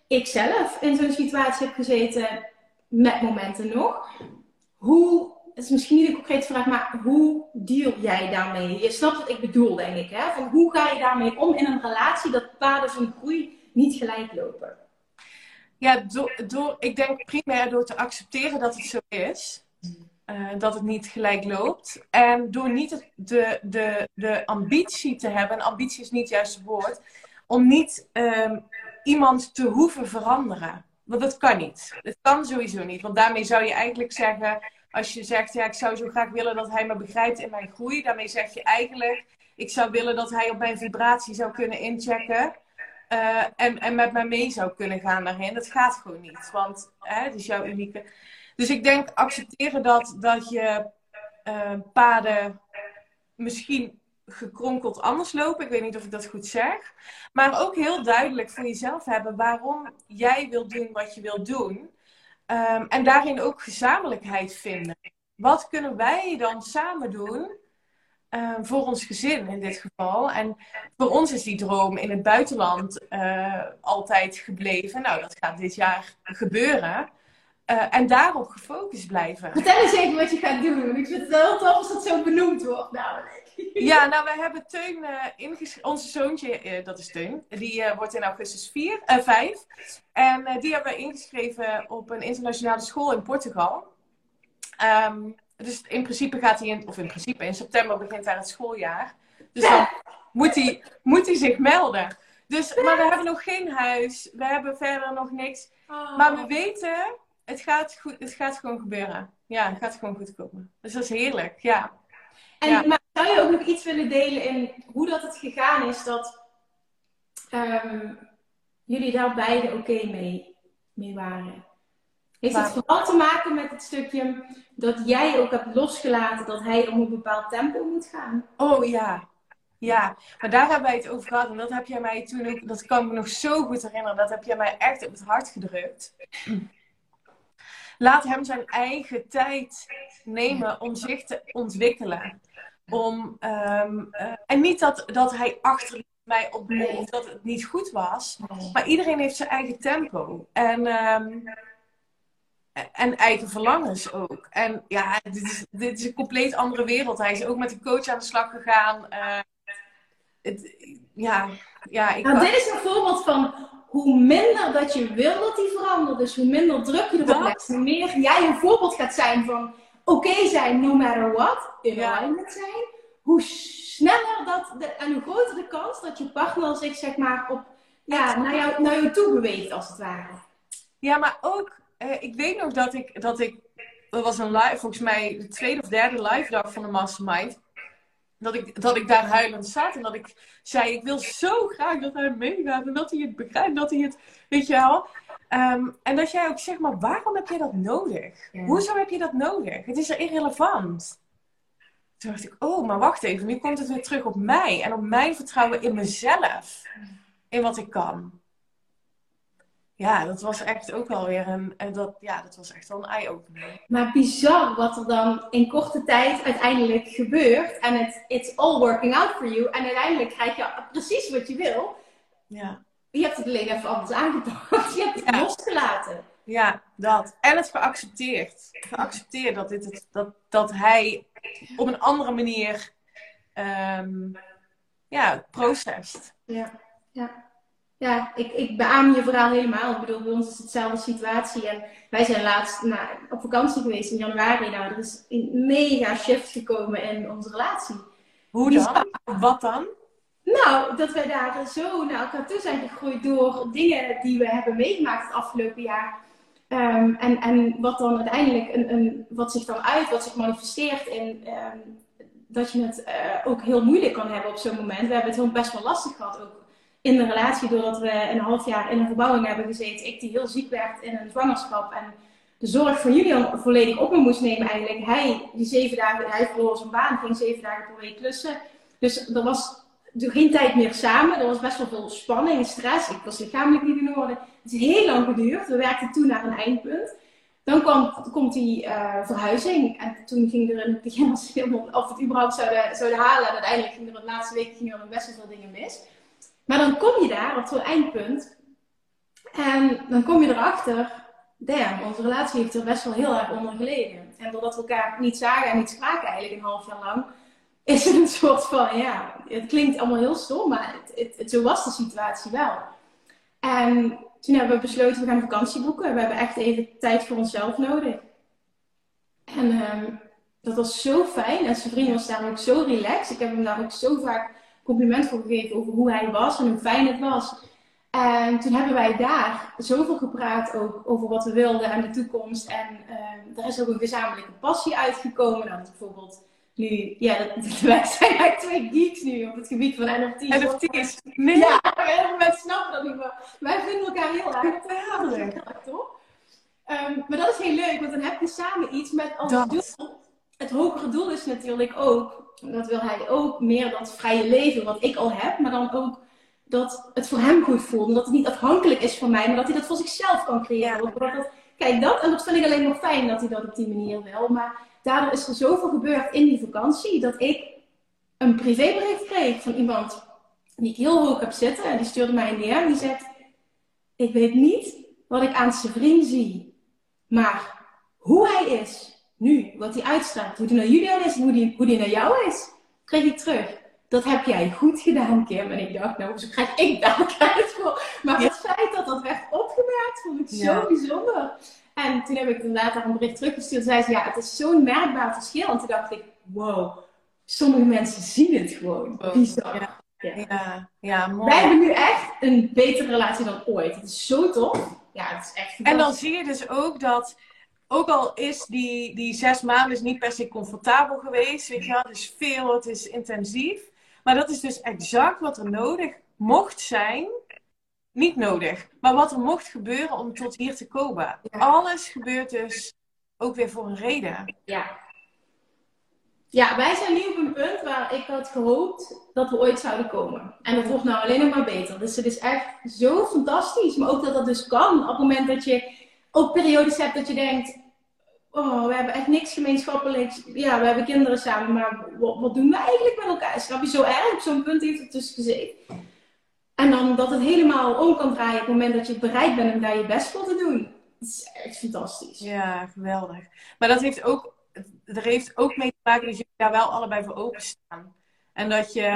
ik zelf in zo'n situatie heb gezeten, met momenten nog. Het is misschien niet een concrete vraag, maar hoe deal jij daarmee? Je snapt wat ik bedoel, denk ik. Hè? Van hoe ga je daarmee om in een relatie dat paden van groei niet gelijk lopen? Ja, ik denk primair door te accepteren dat het zo is. Dat het niet gelijk loopt. En door niet de ambitie te hebben, en ambitie is niet het juiste woord, om niet iemand te hoeven veranderen. Want dat kan niet. Het kan sowieso niet. Want daarmee zou je eigenlijk zeggen, als je zegt, ja, ik zou zo graag willen dat hij me begrijpt in mijn groei. Daarmee zeg je eigenlijk, ik zou willen dat hij op mijn vibratie zou kunnen inchecken. En met mij mee zou kunnen gaan daarin. Dat gaat gewoon niet. Want het is jouw unieke. Dus ik denk accepteren dat je paden misschien gekronkeld anders lopen. Ik weet niet of ik dat goed zeg. Maar ook heel duidelijk voor jezelf hebben waarom jij wilt doen wat je wilt doen. En daarin ook gezamenlijkheid vinden. Wat kunnen wij dan samen doen voor ons gezin in dit geval? En voor ons is die droom in het buitenland altijd gebleven. Nou, dat gaat dit jaar gebeuren. En daarop gefocust blijven. Vertel eens even wat je gaat doen. Want ik vind het heel tof als dat zo benoemd wordt. Ja, nou, wij hebben Teun ingeschreven. Onze zoontje, dat is Teun. Die wordt in augustus 5. En die hebben wij ingeschreven op een internationale school in Portugal. Dus in principe gaat hij in september begint daar het schooljaar. Dus dan moet hij zich melden. Dus, maar we hebben nog geen huis. We hebben verder nog niks. Maar we weten, het gaat gewoon gebeuren. Ja, het gaat gewoon goed komen. Dus dat is heerlijk, ja. Maar zou je ook nog iets willen delen in hoe dat het gegaan is dat jullie daar beide oké mee waren? Heeft het vooral te maken met het stukje dat jij ook hebt losgelaten dat hij om een bepaald tempo moet gaan? Oh ja. Ja, maar daar hebben wij het over gehad. En dat heb jij mij toen ook, dat kan ik me nog zo goed herinneren, dat heb jij mij echt op het hart gedrukt. Laat hem zijn eigen tijd nemen om zich te ontwikkelen. En niet dat hij achter mij op of dat het niet goed was. Maar iedereen heeft zijn eigen tempo. En eigen verlangens ook. En ja, dit is een compleet andere wereld. Hij is ook met een coach aan de slag gegaan. Dit is een voorbeeld van hoe minder dat je wil dat die verandert. Dus hoe minder druk je erop legt. Hoe meer jij een voorbeeld gaat zijn van oké zijn, no matter what. In alignment zijn. Hoe sneller en hoe groter de kans dat je partner zich zeg maar op, naar jou toe beweegt als het ware. Ja, maar ook, ik weet nog dat was een live, volgens mij de 2e of 3e live dag van de Mastermind. Dat ik daar huilend zat en dat ik zei, ik wil zo graag dat hij meegaat en dat hij het begrijpt, dat hij het, weet je wel. En dat jij ook zegt, maar waarom heb je dat nodig? Ja. Hoezo heb je dat nodig? Het is er irrelevant. Toen dacht ik, oh, maar wacht even, nu komt het weer terug op mij en op mijn vertrouwen in mezelf. In wat ik kan. Ja, dat was echt ook wel weer dat was echt wel een eye-opener. Maar bizar wat er dan in korte tijd uiteindelijk gebeurt. En it's all working out for you. En uiteindelijk krijg je precies wat je wil. Ja. Je hebt het alleen even anders aangepakt. Je hebt het losgelaten. Ja, dat. En het geaccepteerd. Geaccepteerd dat hij op een andere manier processt. Ja, ik beaam je verhaal helemaal. Ik bedoel, bij ons is het dezelfde situatie. En wij zijn laatst op vakantie geweest in januari. Nou, er is een mega shift gekomen in onze relatie. Hoe dan? Wat dan? Nou, dat wij daar zo naar elkaar toe zijn gegroeid door dingen die we hebben meegemaakt het afgelopen jaar. En wat dan uiteindelijk, wat zich manifesteert in dat je het ook heel moeilijk kan hebben op zo'n moment. We hebben het heel best wel lastig gehad ook in de relatie, doordat we een half jaar in een verbouwing hebben gezeten. Ik die heel ziek werd in een zwangerschap en de zorg voor Julian volledig op me moest nemen eigenlijk. Hij verloor zijn baan, ging 7 dagen per week klussen. Dus er was geen tijd meer samen. Er was best wel veel spanning en stress. Ik was lichamelijk niet in orde. Het is heel lang geduurd. We werkten toen naar een eindpunt. Dan komt die verhuizing. En toen ging er in het begin of het überhaupt zouden halen. En uiteindelijk ging er de laatste weken nog best wel veel dingen mis. Maar dan kom je daar op zo'n eindpunt. En dan kom je erachter, damn, onze relatie heeft er best wel heel erg onder geleden. En doordat we elkaar niet zagen en niet spraken eigenlijk een half jaar lang, is het een soort van, ja, het klinkt allemaal heel stom, maar zo was de situatie wel. En toen hebben we besloten, we gaan een vakantie boeken. We hebben echt even tijd voor onszelf nodig. En dat was zo fijn. En zijn vriend was daar ook zo relaxed. Ik heb hem daar ook zo vaak compliment voor gegeven over hoe hij was en hoe fijn het was. En toen hebben wij daar zoveel gepraat ook over wat we wilden en de toekomst. En er is ook een gezamenlijke passie uitgekomen. Nou, bijvoorbeeld nu, ja, wij zijn eigenlijk 2 geeks nu op het gebied van NFT's. NFT's? Nee. Ja, heel veel mensen snappen dat niet, maar wij vinden elkaar heel erg. Dat is heel erg, toch? Maar dat is heel leuk, want dan heb je samen iets met als doel. Het hogere doel is natuurlijk ook, dat wil hij ook, meer dat vrije leven wat ik al heb, maar dan ook dat het voor hem goed voelt. En dat het niet afhankelijk is van mij, maar dat hij dat voor zichzelf kan creëren. Ja. Kijk, en dat vind ik alleen maar fijn dat hij dat op die manier wil. Maar daardoor is er zoveel gebeurd in die vakantie, dat ik een privébericht kreeg van iemand die ik heel hoog heb zitten. En die stuurde mij een DM, die zegt, ik weet niet wat ik aan zijn vriend zie. Maar hoe hij is, nu, wat hij uitstraalt, hoe hij naar Julian is en hoe hij naar jou is, kreeg ik terug. Dat heb jij goed gedaan, Kim. En ik dacht, nou, zo krijg ik daar credit voor. Maar het feit dat dat werd opgemerkt, vond ik zo bijzonder. En toen heb ik inderdaad daar een bericht teruggestuurd. Zei ze, ja, het is zo'n merkbaar verschil. En toen dacht ik, wow, sommige mensen zien het gewoon. Bizar. Ja, mooi. Wij hebben nu echt een betere relatie dan ooit. Het is zo tof. Ja, het is echt. En dan zie je dus ook dat, ook al is die 6 maanden niet per se comfortabel geweest, weet je wel, het is veel, het is intensief, maar dat is dus exact wat er nodig mocht zijn. Niet nodig, maar wat er mocht gebeuren om tot hier te komen. Ja. Alles gebeurt dus ook weer voor een reden. Ja, wij zijn nu op een punt waar ik had gehoopt dat we ooit zouden komen. En dat wordt nou alleen nog maar beter. Dus het is echt zo fantastisch. Maar ook dat dat dus kan. Op het moment dat je ook periodes hebt dat je denkt, oh, we hebben echt niks gemeenschappelijks. Ja, we hebben kinderen samen, maar wat doen we eigenlijk met elkaar? Snap je, zo erg? Op zo'n punt heeft het dus gezeten. En dan dat het helemaal om kan draaien op het moment dat je bereid bent om daar je best voor te doen. Dat is echt fantastisch. Ja, geweldig. Maar dat heeft ook, er heeft ook mee te maken dat je daar wel allebei voor openstaan. En dat je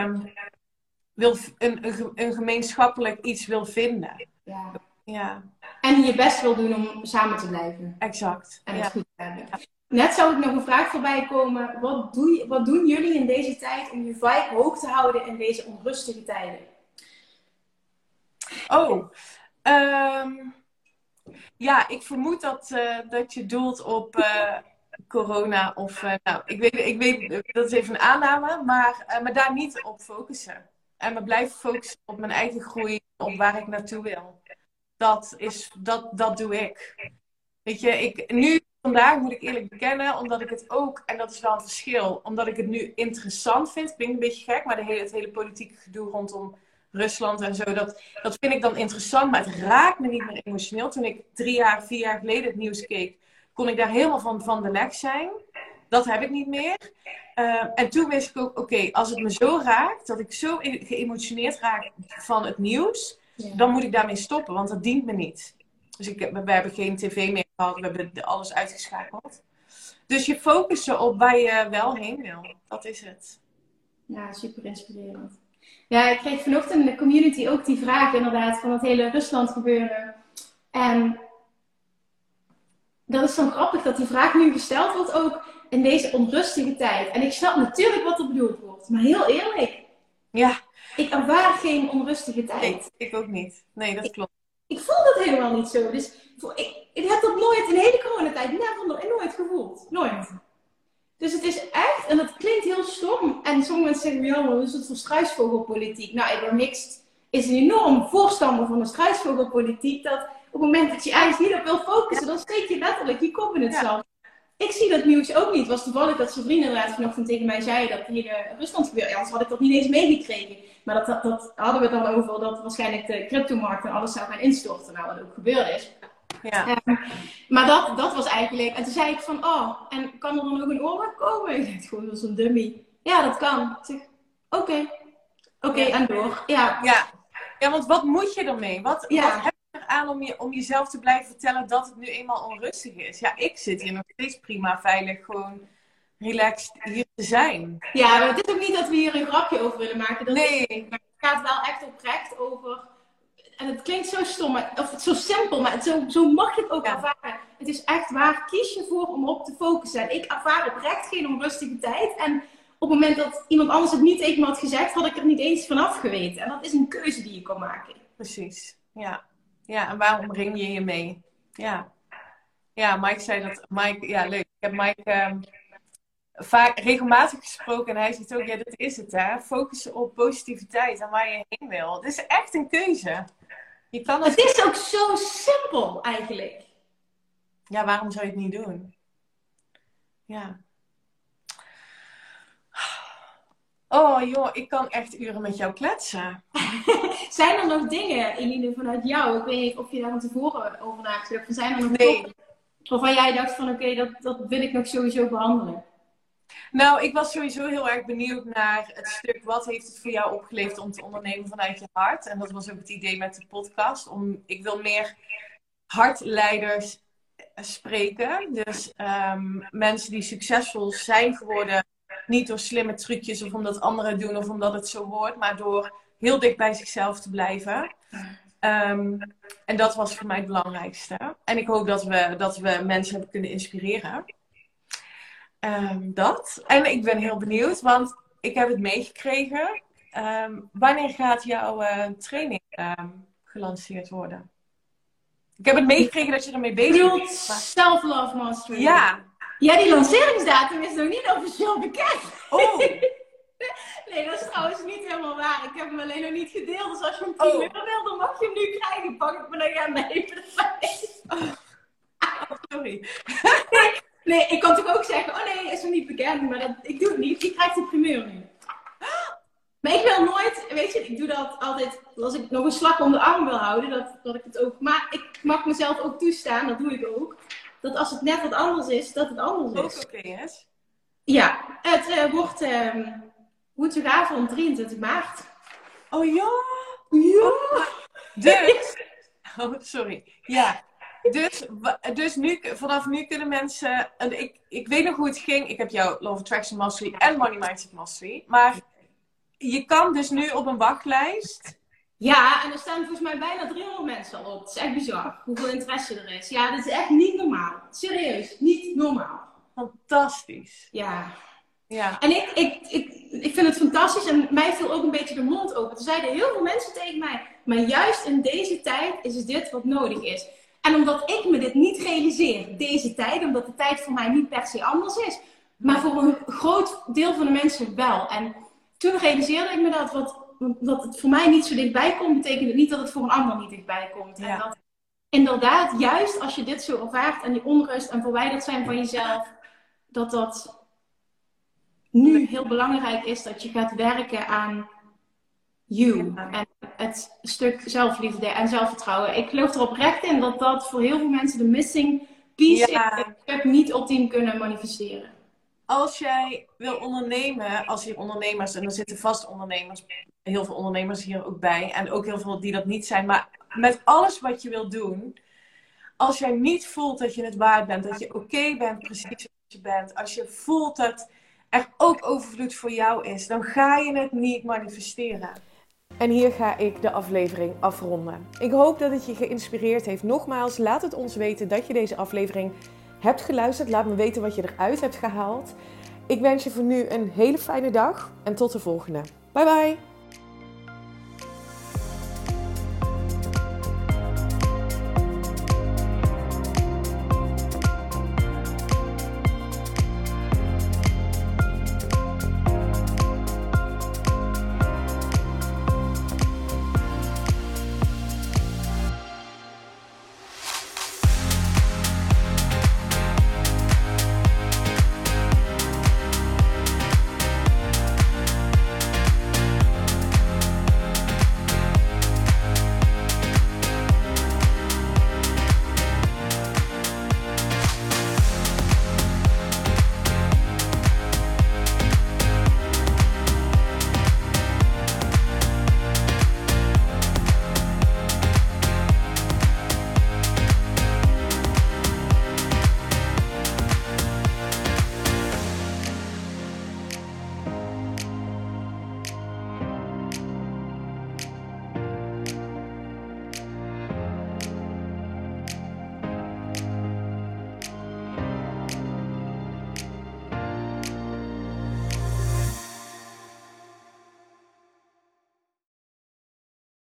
een gemeenschappelijk iets wil vinden. Ja. En je best wil doen om samen te blijven. Exact. En het goed te hebben. Net zou ik nog een vraag voorbij komen. Wat doen jullie in deze tijd om je vibe hoog te houden in deze onrustige tijden? Ja, ik vermoed dat je doelt op corona of... nou, ik weet, dat is even een aanname, maar daar niet op focussen. En me blijven focussen op mijn eigen groei, op waar ik naartoe wil. Dat doe ik. Weet je, vandaag moet ik eerlijk bekennen, omdat ik het ook, en dat is wel een verschil, omdat ik het nu interessant vind, klinkt een beetje gek, maar het hele politieke gedoe rondom Rusland en zo, dat vind ik dan interessant, maar het raakt me niet meer emotioneel. Toen ik 4 jaar geleden het nieuws keek, kon ik daar helemaal van de leg zijn. Dat heb ik niet meer. En toen wist ik ook, oké, als het me zo raakt, dat ik zo geëmotioneerd raak van het nieuws, dan moet ik daarmee stoppen, want dat dient me niet. Dus we hebben geen tv meer gehad, we hebben alles uitgeschakeld. Dus je focussen op waar je wel heen wil, dat is het. Ja, super inspirerend. Ja, ik kreeg vanochtend in de community ook die vraag inderdaad van het hele Rusland gebeuren. En dat is dan grappig dat die vraag nu gesteld wordt ook in deze onrustige tijd. En ik snap natuurlijk wat er bedoeld wordt, maar heel eerlijk. Ja. Ik ervaar geen onrustige tijd. Nee, ik ook niet. Nee, dat klopt. Ik voel dat helemaal niet zo. Dus ik heb dat nooit in de hele coronatijd nooit gevoeld. Nooit. Dus het is echt, en dat klinkt heel stom. En sommige mensen zeggen, ja, wat is het voor struisvogelpolitiek? Nou, ik ben mixed. Is een enorm voorstander van de struisvogelpolitiek. Dat op het moment dat je eigenlijk niet op wil focussen, dan steek je letterlijk je kop in het zand. Ik zie dat nieuws ook niet. Het was toevallig dat zijn vriend inderdaad vanochtend tegen mij zei dat hele Rusland gebeurde. Anders had ik dat niet eens meegekregen. Maar dat hadden we dan over dat waarschijnlijk de cryptomarkt en alles zou gaan instorten. Nou, wat ook gebeurd is. Ja. Maar dat was eigenlijk... En toen zei ik van, oh, en kan er dan ook een oorlog komen? Ik dacht gewoon, dat is een dummy. Ja, dat kan. Ik zeg, oké, en door. Ja, want wat moet je ermee? Wat heb je aan om jezelf te blijven vertellen dat het nu eenmaal onrustig is. Ja, ik zit hier nog steeds prima, veilig, gewoon relaxed hier te zijn. Ja, maar het is ook niet dat we hier een grapje over willen maken. Nee. Maar het gaat wel echt oprecht over... En het klinkt zo stom, of zo simpel, maar zo mag je het ook ervaren. Het is echt waar, kies je voor om op te focussen. En ik ervaar oprecht geen onrustige tijd. En op het moment dat iemand anders het niet tegen me had gezegd, had ik er niet eens vanaf geweten. En dat is een keuze die je kan maken. Precies, ja. Ja, en waarom breng je je mee? Ja. Ja, Mike zei dat. Mike, ja, leuk. Ik heb Mike vaak regelmatig gesproken en hij zegt ook, ja, dit is het, hè. Focussen op positiviteit en waar je heen wil. Het is echt een keuze. Je kan het is ook zo simpel, eigenlijk. Ja, waarom zou je het niet doen? Ja. Oh joh, ik kan echt uren met jou kletsen. Zijn er nog dingen, Eline, vanuit jou? Ik weet niet of je daar van tevoren over na hebt gedacht. Zijn er nog nee. Waarvan jij dacht van oké, dat wil ik nog sowieso behandelen? Nou, ik was sowieso heel erg benieuwd naar het stuk. Wat heeft het voor jou opgeleverd om te ondernemen vanuit je hart? En dat was ook het idee met de podcast. Ik wil meer hartleiders spreken. Dus mensen die succesvol zijn geworden. Niet door slimme trucjes of omdat anderen het doen of omdat het zo hoort. Maar door heel dicht bij zichzelf te blijven. En dat was voor mij het belangrijkste. En ik hoop dat we mensen hebben kunnen inspireren. Dat. En ik ben heel benieuwd, want ik heb het meegekregen. Wanneer gaat jouw training gelanceerd worden? Ik heb het meegekregen dat je ermee bezig bent. Self-Love Mastery. Ja. Ja, die lanceringsdatum is nog niet officieel bekend. Oh. Nee, dat is trouwens niet helemaal waar. Ik heb hem alleen nog niet gedeeld. Dus als je hem primeur wil, dan mag je hem nu krijgen. Pak ik mijn agenda even erbij. Sorry. Nee, ik kan natuurlijk ook zeggen, oh nee, is nog niet bekend. Maar ik doe het niet. Ik krijg de primeur nu. Maar ik wil nooit, weet je, ik doe dat altijd, als ik nog een slag om de arm wil houden, dat ik het ook, maar ik mag mezelf ook toestaan, dat doe ik ook, dat als het net wat anders is, dat het anders is. Ook oké is. Ja, het wordt woensdagavond 23 maart. Oh ja? Ja! Dus, oh, sorry. Ja. Dus nu, vanaf nu kunnen mensen, ik weet nog hoe het ging, ik heb jouw Law of Attraction Mastery en Money Mindset Mastery, maar je kan dus nu op een wachtlijst. Ja, en er staan volgens mij bijna 300 mensen al op. Het is echt bizar hoeveel interesse er is. Ja, dit is echt niet normaal. Serieus, niet normaal. Fantastisch. Ja. Ja. En ik vind het fantastisch en mij viel ook een beetje de mond open. Er zeiden heel veel mensen tegen mij, maar juist in deze tijd is dit wat nodig is. En omdat ik me dit niet realiseer, deze tijd, omdat de tijd voor mij niet per se anders is, maar voor een groot deel van de mensen wel. En toen realiseerde ik me dat het voor mij niet zo dichtbij komt, betekent het niet dat het voor een ander niet dichtbij komt. Ja. En dat inderdaad, juist als je dit zo ervaart en die onrust en verwijderd zijn van jezelf, dat nu heel belangrijk is dat je gaat werken aan you. En het stuk zelfliefde en zelfvertrouwen. Ik geloof er oprecht in dat voor heel veel mensen de missing piece is. Het niet ultiem kunnen manifesteren. Als jij wil ondernemen, als je ondernemers, en er zitten vast ondernemers, heel veel ondernemers hier ook bij, en ook heel veel die dat niet zijn, maar met alles wat je wilt doen, als jij niet voelt dat je het waard bent, dat je oké bent precies zoals je bent, als je voelt dat er ook overvloed voor jou is, dan ga je het niet manifesteren. En hier ga ik de aflevering afronden. Ik hoop dat het je geïnspireerd heeft. Nogmaals, laat het ons weten dat je deze aflevering hebt geluisterd. Laat me weten wat je eruit hebt gehaald. Ik wens je voor nu een hele fijne dag en tot de volgende. Bye bye!